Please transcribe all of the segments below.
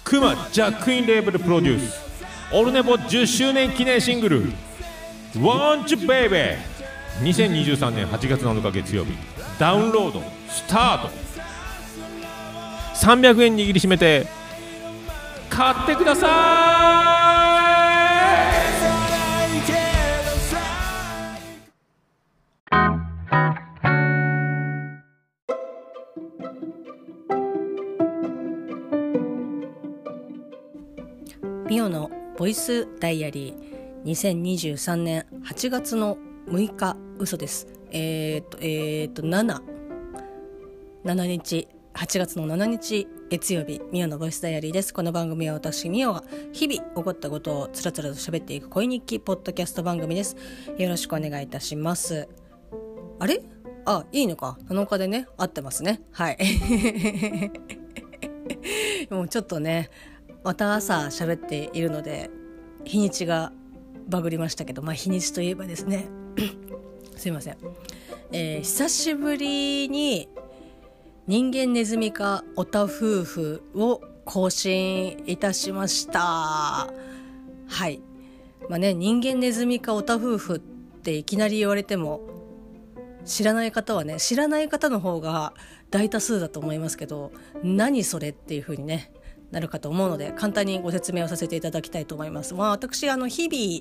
クマジャックインレーベルプロデュースオルネポ10周年記念シングル Want You Baby 2023年8月7日月曜日ダウンロードスタート。300円握りしめて買ってください。 ミオのボイスダイアリー2023年8月の6日嘘です。7日8月の7日月曜日、ミオのボイスダイアリーです。この番組は私ミオが日々起こったことをつらつらと喋っていく恋日記ポッドキャスト番組です。よろしくお願いいたします。あれ？いいのか、7日でね、合ってますね。はいもうちょっとね、また朝喋っているので日にちがバグりましたけど、日にちといえばですねすいません、久しぶりに人間ネズミかオタ夫婦を更新いたしました。はい、人間ネズミかオタ夫婦っていきなり言われても知らない方はね、知らない方の方が大多数だと思いますけど、何それっていう風にねなるかと思うので、簡単にご説明をさせていただきたいと思います。私日々、日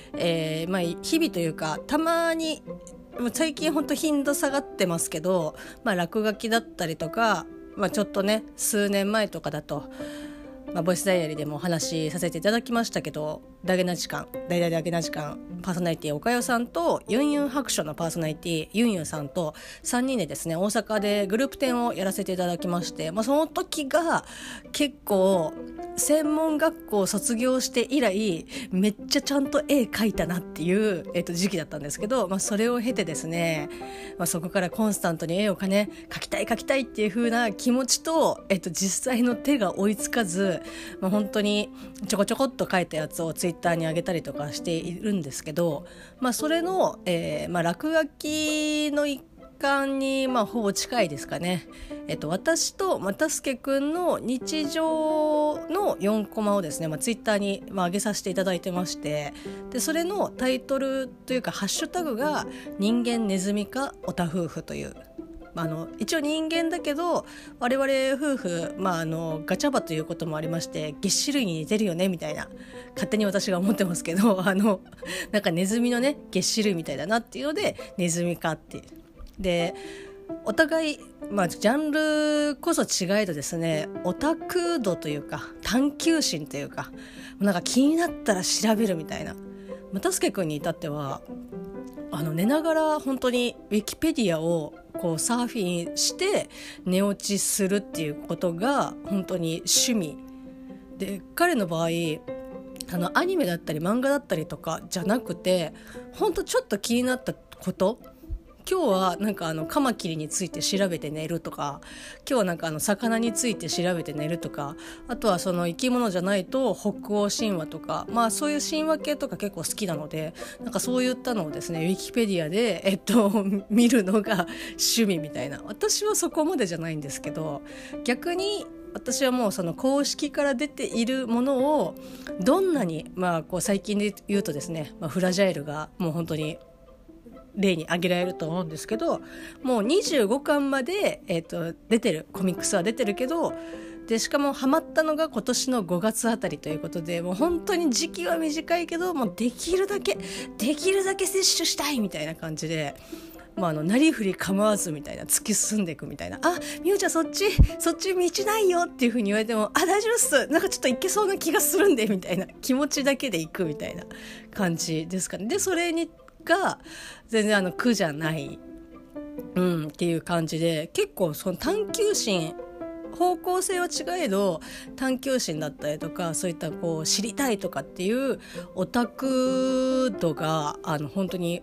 々というかたまに最近ほんと頻度下がってますけど、落書きだったりとか、ちょっとね数年前とかだと、ボイスダイアリーでもお話しさせていただきましたけど、大々ダゲな時間パーソナリティおかよさんとユンユン白書のパーソナリティユンユンさんと3人でですね、大阪でグループ展をやらせていただきまして、その時が結構専門学校を卒業して以来めっちゃちゃんと絵描いたなっていう、時期だったんですけど、それを経てですね、そこからコンスタントに絵を描きたいっていう風な気持ちと、実際の手が追いつかず、本当にちょこちょこっと描いたやつをツイッターに上げたりとかしているんですけど、それの、落書きの一環に、ほぼ近いですかね。私と又助くんの日常の4コマをですね、ツイッターに、上げさせていただいてまして、でそれのタイトルというかハッシュタグが人間ネズミかオタ夫婦という、一応人間だけど我々夫婦、ガチャバということもありまして、げっ歯類に似てるよねみたいな、勝手に私が思ってますけど、なんかネズミのねげっ歯類みたいだなっていうのでネズミかっていうで、お互い、ジャンルこそ違えどですね、オタク度というか探求心というか、なんか気になったら調べるみたいな。又助君に至っては寝ながら本当にウィキペディアをこうサーフィンして寝落ちするっていうことが本当に趣味で、彼の場合アニメだったり漫画だったりとかじゃなくて、本当ちょっと気になったこと、今日はなんかカマキリについて調べて寝るとか、今日はなんか魚について調べて寝るとか、あとはその生き物じゃないと北欧神話とか、そういう神話系とか結構好きなので、なんかそういったのをですねウィキペディアで見るのが趣味みたいな。私はそこまでじゃないんですけど、逆に私はもうその公式から出ているものをどんなにこう最近で言うとですね、フラジャイルがもう本当に例に挙げられると思うんですけど、もう25巻まで、出てるコミックスは出てるけど、でしかもハマったのが今年の5月あたりということで、もう本当に時期は短いけど、もうできるだけ摂取したいみたいな感じで、なりふり構わずみたいな、突き進んでいくみたいな。みゆちゃんそっち道ないよっていう風に言われても、大丈夫っす、なんかちょっといけそうな気がするんでみたいな、気持ちだけでいくみたいな感じですかね。でそれが全然苦じゃない、っていう感じで、結構その探求心、方向性は違えど探求心だったりとか、そういったこう知りたいとかっていうオタク度が本当に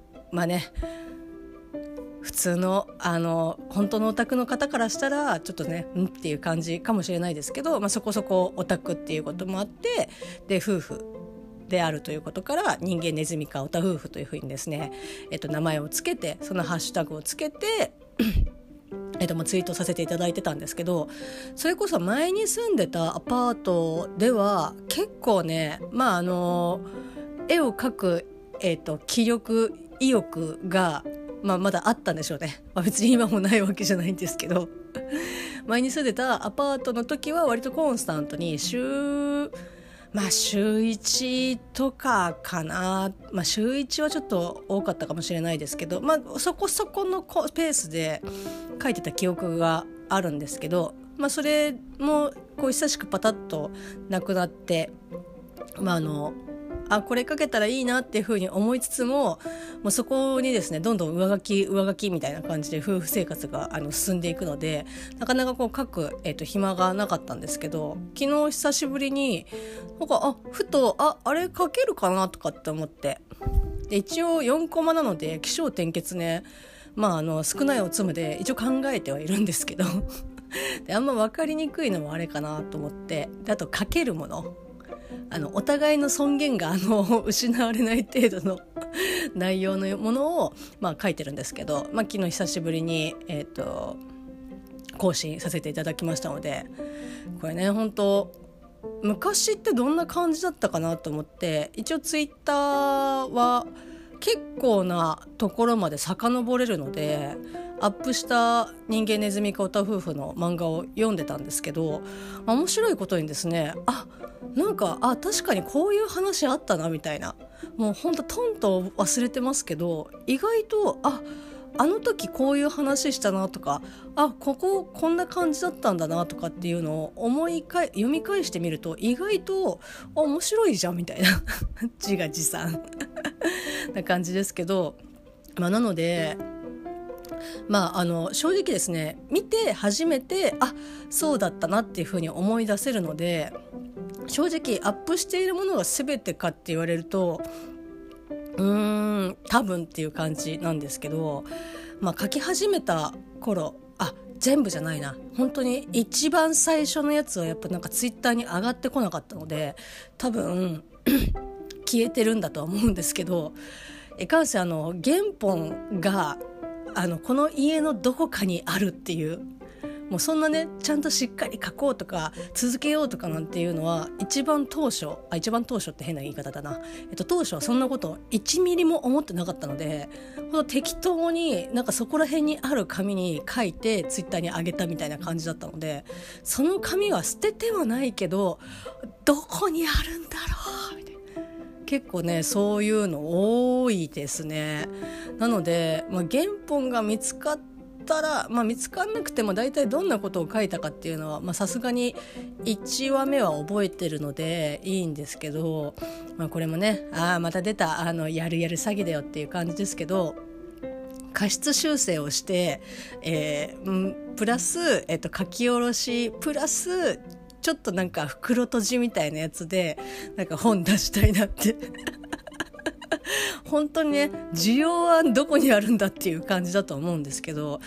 普通の本当のオタクの方からしたらちょっとねっていう感じかもしれないですけど、そこそこオタクっていうこともあって、で夫婦であるということから人間ネズミかオタ夫婦というふうにですね、名前をつけて、そのハッシュタグをつけてツイートさせていただいてたんですけど、それこそ前に住んでたアパートでは結構ね、絵を描く、気力意欲が、まだあったんでしょうね。別に今もないわけじゃないんですけど前に住んでたアパートの時は割とコンスタントに週1とかかな、週1はちょっと多かったかもしれないですけど、そこそこのペースで書いてた記憶があるんですけど、それもこう久しくパタッとなくなって、これかけたらいいなっていうふうに思いつつも、もうそこにですねどんどん上書きみたいな感じで夫婦生活が進んでいくので、なかなかこう書く、暇がなかったんですけど、昨日久しぶりにふとあれ書けるかなとかって思って、で一応4コマなので起承転結ね、少ないおつむで一応考えてはいるんですけどであんま分かりにくいのもあれかなと思って、であと書けるもの、お互いの尊厳が失われない程度の内容のものを、書いてるんですけど、昨日久しぶりに、更新させていただきましたので、これね本当昔ってどんな感じだったかなと思って、一応ツイッターは結構なところまで遡れるのでアップした人間ネズミかオタ夫婦の漫画を読んでたんですけど、面白いことにですね、確かにこういう話あったなみたいな、もうほんとトンと忘れてますけど、意外とあの時こういう話したなとか、こここんな感じだったんだなとかっていうのを読み返してみると、意外と面白いじゃんみたいな自画自賛な感じですけど、なので正直ですね、見て初めてそうだったなっていうふうに思い出せるので、正直アップしているものが全てかって言われると多分っていう感じなんですけど、書き始めた頃全部じゃないな、本当に一番最初のやつはやっぱツイッターに上がってこなかったので多分消えてるんだとは思うんですけど、いかんせん原本がこの家のどこかにあるっていう、もうそんなねちゃんとしっかり書こうとか続けようとかなんていうのは一番当初って変な言い方だな、当初はそんなこと1ミリも思ってなかったので、ほんと適当にそこら辺にある紙に書いてツイッターに上げたみたいな感じだったので、その紙は捨ててはないけどどこにあるんだろうみたいな、結構ねそういうの多いですね。なので、原本が見つかったら、見つかんなくても大体どんなことを書いたかっていうのはさすがに1話目は覚えてるのでいいんですけど、これもねまた出たやる詐欺だよっていう感じですけど、過失修正をして、プラス、書き下ろしプラスちょっと袋閉じみたいなやつで本出したいなって本当にね需要はどこにあるんだっていう感じだと思うんですけど、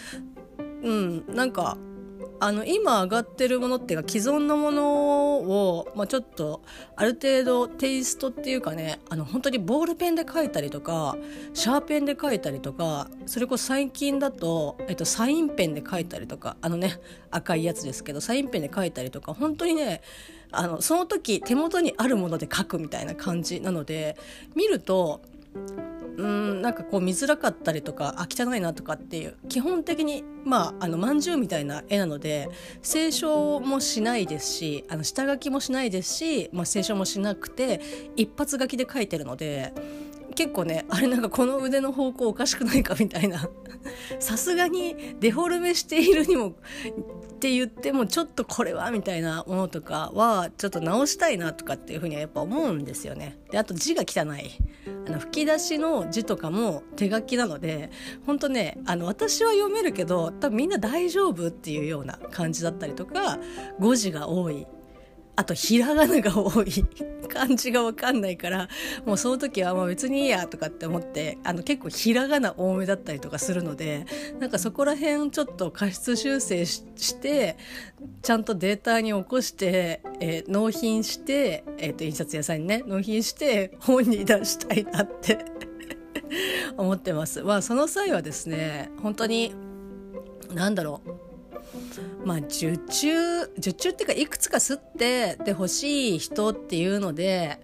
今上がってるものっていうか既存のものを、ちょっとある程度テイストっていうかね、本当にボールペンで書いたりとかシャーペンで書いたりとか、それこそ最近だと、サインペンで書いたりとか、赤いやつですけどサインペンで書いたりとか、本当にねその時手元にあるもので書くみたいな感じなので、見ると見づらかったりとか汚いなとかっていう、基本的にまんじゅうみたいな絵なので清書もしないですし下書きもしないですし、清書もしなくて一発書きで描いてるので、結構ねこの腕の方向おかしくないかみたいなさすがにデフォルメしているにもって言ってもちょっとこれはみたいなものとかはちょっと直したいなとかっていうふうにはやっぱ思うんですよね。であと字が汚い、吹き出しの字とかも手書きなので本当ね私は読めるけど多分みんな大丈夫っていうような感じだったりとか、誤字が多い、あとひらがなが多い漢字が分かんないから、もうその時は別にいいやとかって思って結構ひらがな多めだったりとかするので、そこら辺ちょっと過失修正してちゃんとデータに起こして、納品して、印刷屋さんにね納品して本に出したいなって思ってます。その際はですね本当になんだろう、受注っていうかいくつか吸ってで欲しい人っていうので、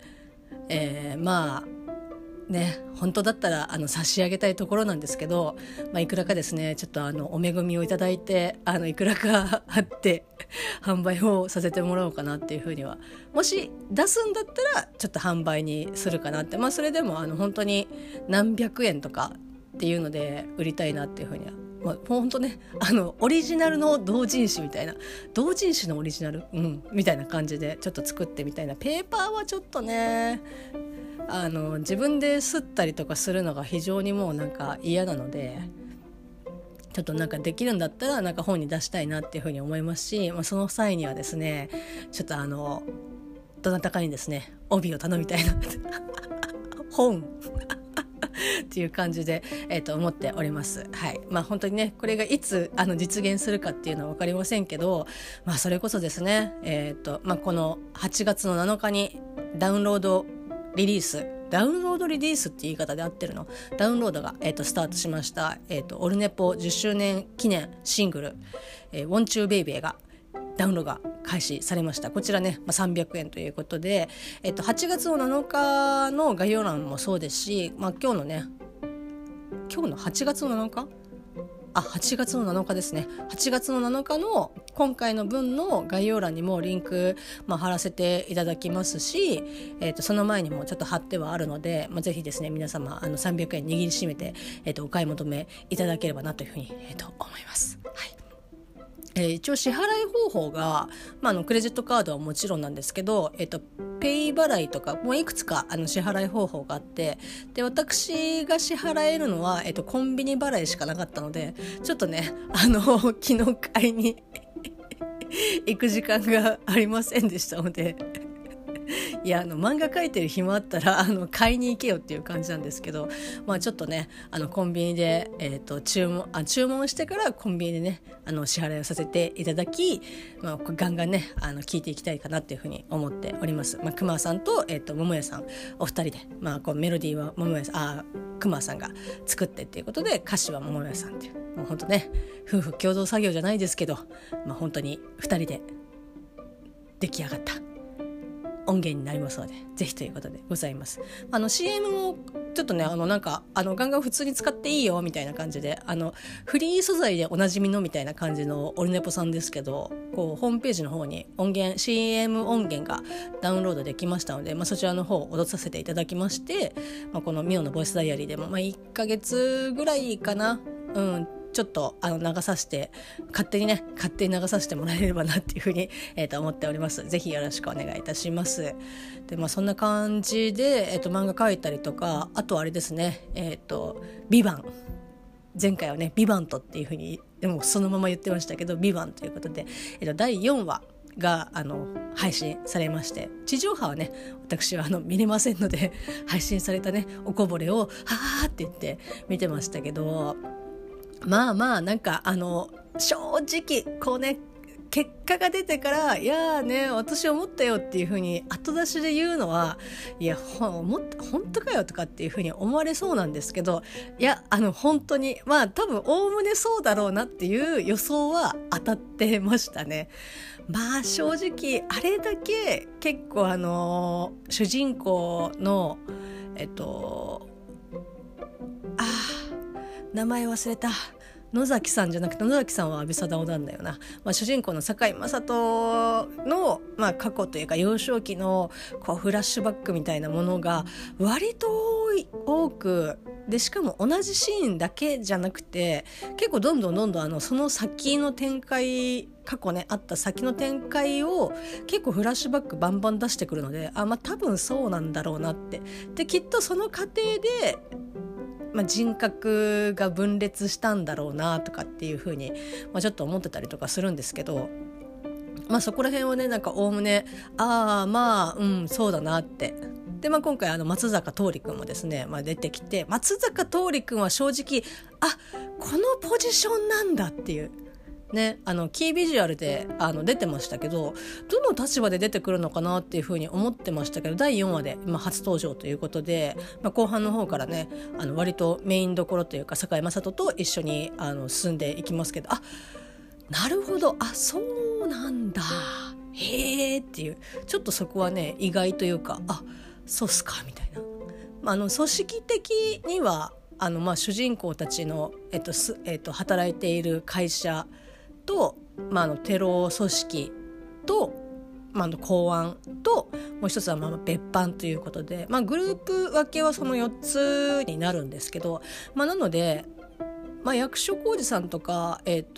本当だったら差し上げたいところなんですけど、いくらかですねちょっとお恵みをいただいていくらかあって販売をさせてもらおうかなっていうふうには、もし出すんだったらちょっと販売にするかなって、それでも本当に何百円とかっていうので売りたいなっていうふうには、本当ねオリジナルの同人誌みたいな、同人誌のオリジナル、みたいな感じでちょっと作ってみたいな。ペーパーはちょっとね自分で吸ったりとかするのが非常にもうなんか嫌なので、ちょっとなんかできるんだったらなんか本に出したいなっていうふうに思いますし、その際にはですねちょっとどなたかにですね帯を頼みたいな本っていう感じで、思っております。はい。本当にねこれがいつ実現するかっていうのは分かりませんけど、それこそですねこの8月の7日にダウンロードリリースって言い方で合ってるの、ダウンロードが、スタートしました、オルネポ10周年記念シングル、Want You Baby がダウンロードが開始されました。こちらね、300円ということで、8月の7日の概要欄もそうですし、今日の8月の7日8月の7日ですね。8月の7日の今回の分の概要欄にもリンク、貼らせていただきますし、その前にもちょっと貼ってはあるので、ぜひですね皆様300円握りしめて、お買い求めいただければなというふうに、思います。はい。一応支払い方法が、クレジットカードはもちろんなんですけど、ペイ払いとかもういくつか支払い方法があって、で私が支払えるのは、コンビニ払いしかなかったので、ちょっとね昨日買いに行く時間がありませんでしたのでいや漫画描いてる暇あったら買いに行けよっていう感じなんですけど、ちょっとねコンビニで、注文してからコンビニでね支払いをさせていただき、ガンガンね聞いていきたいかなっていうふうに思っております。熊さんと、桃屋さんお二人で、こうメロディーは桃屋さん熊さんが作ってっていうことで、歌詞は桃屋さんっていう、もう本当ね夫婦共同作業じゃないですけど、本当に二人で出来上がった音源になりますので、ぜひということでございます。CM もちょっとねガンガン普通に使っていいよみたいな感じで、フリー素材でおなじみのみたいな感じのオルネポさんですけど、こうホームページの方にCM 音源がダウンロードできましたので、そちらの方を踊させていただきまして、このミオのボイスダイアリーでも、1ヶ月ぐらいかな、ちょっと流させて勝手に流させてもらえればなっていうふうに、思っております。ぜひよろしくお願いいたします。でそんな感じで、漫画描いたりとか、あとあれですねビバン、前回はねビバントっていうふうにでもそのまま言ってましたけど、ビバンということで、第4話が配信されまして、地上波はね私は見れませんので配信されたねおこぼれをはーって言って見てましたけど、なんか正直こうね結果が出てから、いやーね私思ったよっていう風に後出しで言うのは、いや本当かよとかっていう風に思われそうなんですけど、いや本当に多分おおむねそうだろうなっていう予想は当たってましたね。正直あれだけ結構主人公の名前忘れた、野崎さんじゃなくて、野崎さんは阿部サダヲなんだよな、主人公の堺雅人の、過去というか幼少期のこうフラッシュバックみたいなものが割と多くで、しかも同じシーンだけじゃなくて、結構どんどんその先の展開、過去ねあった先の展開を結構フラッシュバックバンバン出してくるので、多分そうなんだろうなって。できっとその過程で人格が分裂したんだろうなとかっていう風に、ちょっと思ってたりとかするんですけど、そこら辺はねおおむねそうだなって。で今回松坂桃李くんもですね、出てきて、松坂桃李くんは正直このポジションなんだっていう、 ね、キービジュアルで出てましたけど、どの立場で出てくるのかなっていうふうに思ってましたけど、第4話で、初登場ということで、後半の方からね割とメインどころというか堺雅人と一緒に進んでいきますけど、なるほど、そうなんだ、へーっていう、ちょっとそこはね意外というか、そうっすかみたいな。組織的には主人公たちの、働いている会社と、テロ組織と、公安ともう一つは別班ということで、グループ分けはその4つになるんですけど、なので、役所広司さんとか、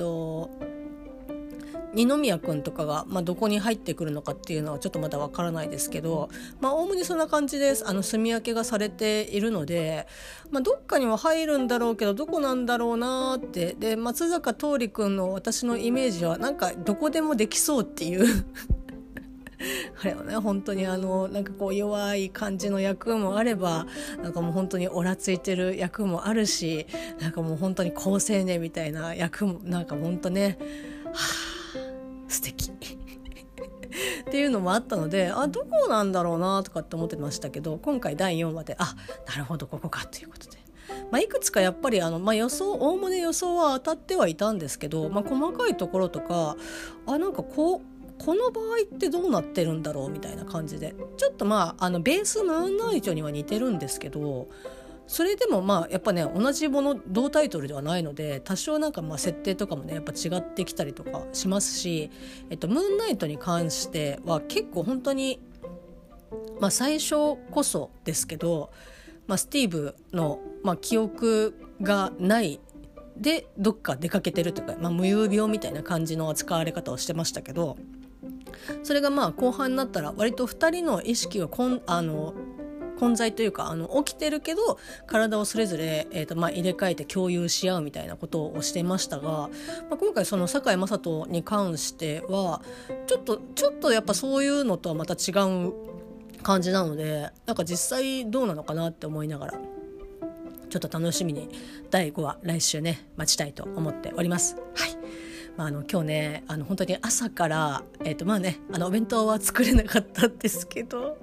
二宮君とかが、どこに入ってくるのかっていうのはちょっとまだわからないですけど、おおむねそんな感じで住み分けがされているので、どっかには入るんだろうけどどこなんだろうなって。で、松坂桃李君の私のイメージはなんかどこでもできそうっていうあれはね、本当になんかこう弱い感じの役もあれば、なんかもう本当にオラついてる役もあるし、なんかもう本当に好青年みたいな役もなんか本当ね、素敵っていうのもあったので、どこなんだろうなとかって思ってましたけど、今回第4話でなるほどここかということで、いくつかやっぱりおおむね予想は当たってはいたんですけど、細かいところとかなんかこの場合ってどうなってるんだろうみたいな感じで、ちょっとベースムーンナイトには似てるんですけど、それでもやっぱね同じもの同タイトルではないので、多少なんか設定とかもねやっぱ違ってきたりとかしますし、ムーンナイトに関しては結構本当に最初こそですけど、スティーブの記憶がないでどっか出かけてるというか、無遊病みたいな感じの扱われ方をしてましたけど、それが後半になったら割と2人の意識が混在というか起きてるけど体をそれぞれ、入れ替えて共有し合うみたいなことをしてましたが、今回その堺雅人に関してはちょっとやっぱそういうのとはまた違う感じなので、なんか実際どうなのかなって思いながら、ちょっと楽しみに第5話来週ね待ちたいと思っております。はい、今日ね本当に朝からお弁当は作れなかったんですけど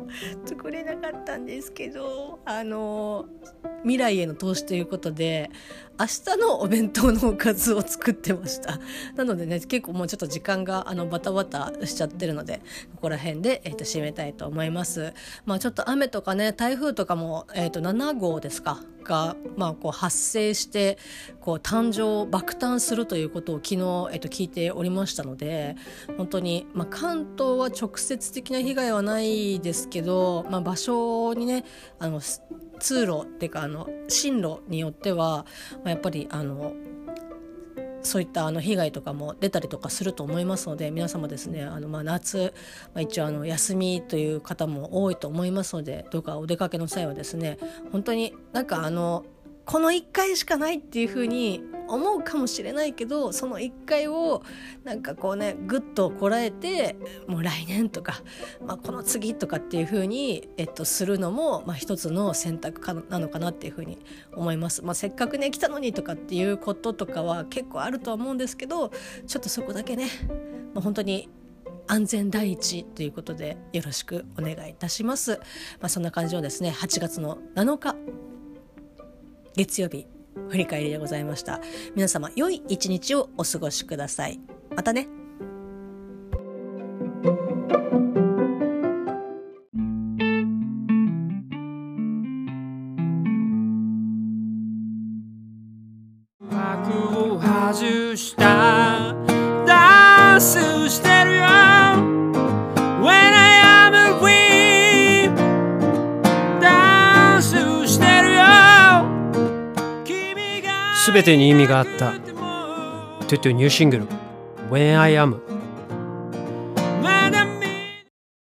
未来への投資ということで明日のお弁当のおかずを作ってました。なのでね結構もうちょっと時間がバタバタしちゃってるので、ここら辺で、締めたいと思います。ちょっと雨とかね台風とかも、7号ですかが、こう発生してこう爆誕するということを昨日、聞いておりましたので、本当に、関東は直接的な被害はないですけど、場所にね通路っていうか進路によっては、やっぱりそういった被害とかも出たりとかすると思いますので、皆様ですね夏、一応休みという方も多いと思いますので、どうかお出かけの際はですね、本当になんかこの1回しかないっていう風に思うかもしれないけど、その1回をなんかこうねぐっとこらえて、もう来年とか、この次とかっていう風に、するのも、一つの選択なのかなっていう風に思います。せっかくね来たのにとかっていうこととかは結構あるとは思うんですけど、ちょっとそこだけね、本当に安全第一ということでよろしくお願いいたします。そんな感じのですね8月の7日月曜日振り返りでございました。皆様良い一日をお過ごしください。またね。 幕を外したダンスしてるよ When I am a queen ダンスしてるよすべてに意味があったトゥトゥニューシングル When I am